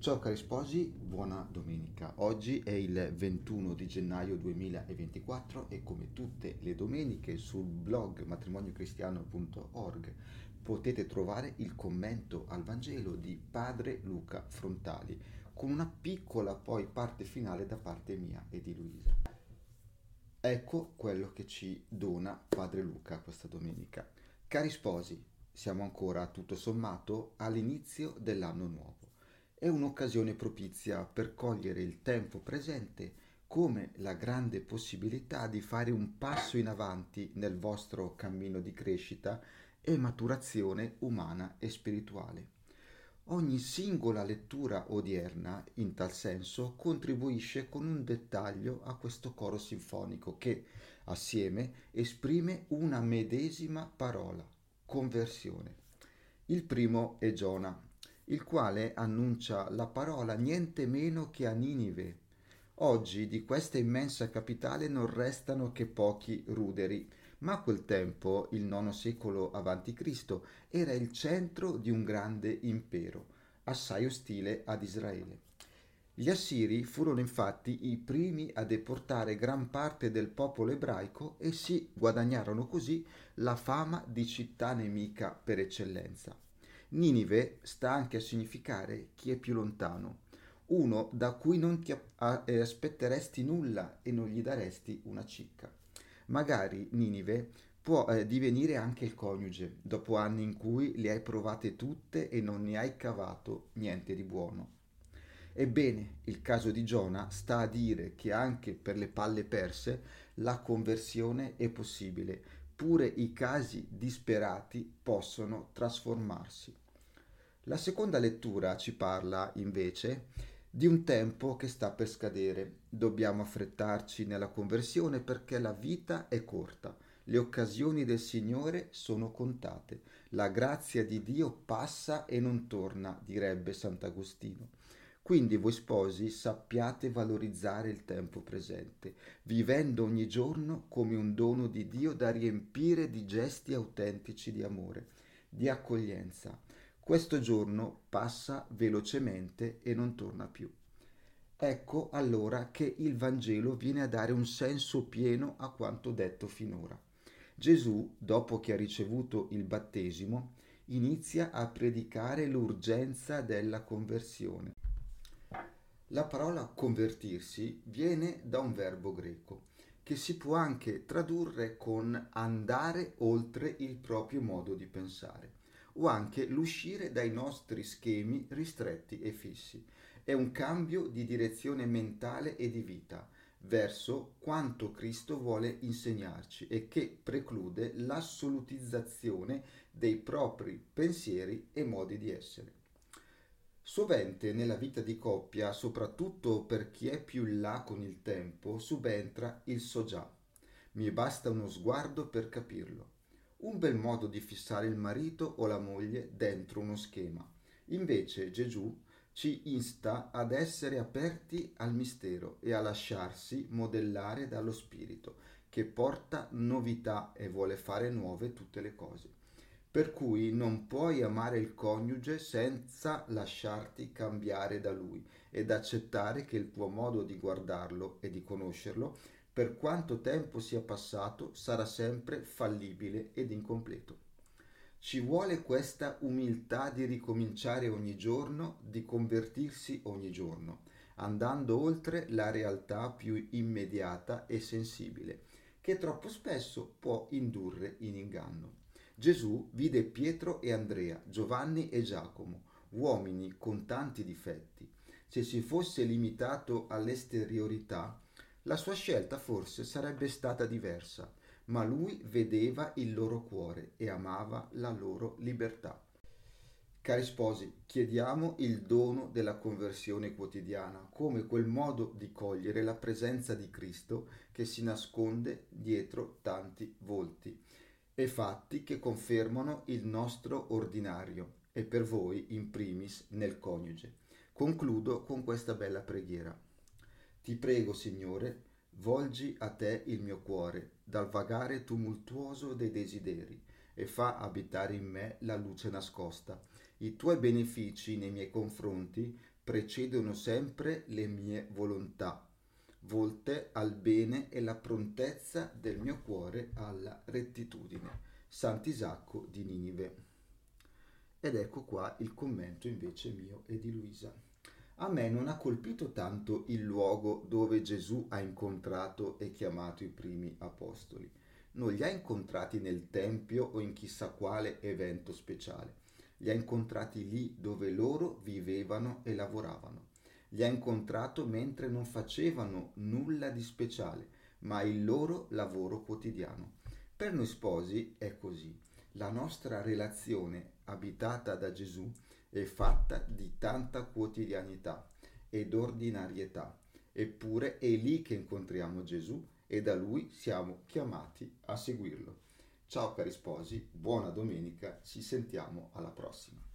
Ciao cari sposi, buona domenica. Oggi è il 21 di gennaio 2024 e come tutte le domeniche sul blog matrimoniocristiano.org potete trovare il commento al Vangelo di Padre Luca Frontali con una piccola poi parte finale da parte mia e di Luisa. Ecco quello che ci dona Padre Luca questa domenica. Cari sposi, siamo ancora tutto sommato all'inizio dell'anno nuovo. È un'occasione propizia per cogliere il tempo presente come la grande possibilità di fare un passo in avanti nel vostro cammino di crescita e maturazione umana e spirituale. Ogni singola lettura odierna, in tal senso, contribuisce con un dettaglio a questo coro sinfonico che, assieme, esprime una medesima parola, conversione. Il primo è Giona, il quale annuncia la parola niente meno che a Ninive. Oggi di questa immensa capitale non restano che pochi ruderi, ma a quel tempo, il IX secolo a.C., era il centro di un grande impero, assai ostile ad Israele. Gli Assiri furono infatti i primi a deportare gran parte del popolo ebraico e si guadagnarono così la fama di città nemica per eccellenza. Ninive sta anche a significare chi è più lontano, uno da cui non ti aspetteresti nulla e non gli daresti una cicca. Magari Ninive può divenire anche il coniuge, dopo anni in cui le hai provate tutte e non ne hai cavato niente di buono. Ebbene, il caso di Giona sta a dire che anche per le palle perse la conversione è possibile, pure i casi disperati possono trasformarsi. La seconda lettura ci parla, invece, di un tempo che sta per scadere. Dobbiamo affrettarci nella conversione perché la vita è corta, le occasioni del Signore sono contate, la grazia di Dio passa e non torna, direbbe Sant'Agostino. Quindi voi sposi sappiate valorizzare il tempo presente, vivendo ogni giorno come un dono di Dio da riempire di gesti autentici di amore, di accoglienza. Questo giorno passa velocemente e non torna più. Ecco allora che il Vangelo viene a dare un senso pieno a quanto detto finora. Gesù, dopo che ha ricevuto il battesimo, inizia a predicare l'urgenza della conversione. La parola convertirsi viene da un verbo greco che si può anche tradurre con andare oltre il proprio modo di pensare o anche l'uscire dai nostri schemi ristretti e fissi. È un cambio di direzione mentale e di vita verso quanto Cristo vuole insegnarci e che preclude l'assolutizzazione dei propri pensieri e modi di essere. Sovente nella vita di coppia, soprattutto per chi è più in là con il tempo, subentra il so già. Mi basta uno sguardo per capirlo. Un bel modo di fissare il marito o la moglie dentro uno schema. Invece Gesù ci insta ad essere aperti al mistero e a lasciarsi modellare dallo Spirito, che porta novità e vuole fare nuove tutte le cose. Per cui non puoi amare il coniuge senza lasciarti cambiare da lui ed accettare che il tuo modo di guardarlo e di conoscerlo, per quanto tempo sia passato, sarà sempre fallibile ed incompleto. Ci vuole questa umiltà di ricominciare ogni giorno, di convertirsi ogni giorno, andando oltre la realtà più immediata e sensibile, che troppo spesso può indurre in inganno. Gesù vide Pietro e Andrea, Giovanni e Giacomo, uomini con tanti difetti. Se si fosse limitato all'esteriorità, la sua scelta forse sarebbe stata diversa, ma lui vedeva il loro cuore e amava la loro libertà. Cari sposi, chiediamo il dono della conversione quotidiana come quel modo di cogliere la presenza di Cristo che si nasconde dietro tanti volti e fatti che confermano il nostro ordinario e per voi in primis nel coniuge. Concludo con questa bella preghiera. Ti prego, Signore, volgi a te il mio cuore dal vagare tumultuoso dei desideri e fa abitare in me la luce nascosta. I tuoi benefici nei miei confronti precedono sempre le mie volontà, volte al bene e la prontezza del mio cuore alla rettitudine. Sant'Isacco di Ninive. Ed ecco qua il commento invece mio e di Luisa. A me non ha colpito tanto il luogo dove Gesù ha incontrato e chiamato i primi apostoli. Non li ha incontrati nel tempio o in chissà quale evento speciale. Li ha incontrati lì dove loro vivevano e lavoravano. Li ha incontrati mentre non facevano nulla di speciale, ma il loro lavoro quotidiano. Per noi sposi è così. La nostra relazione abitata da Gesù è fatta di tanta quotidianità ed ordinarietà. Eppure è lì che incontriamo Gesù e da Lui siamo chiamati a seguirlo. Ciao cari sposi, buona domenica, ci sentiamo alla prossima.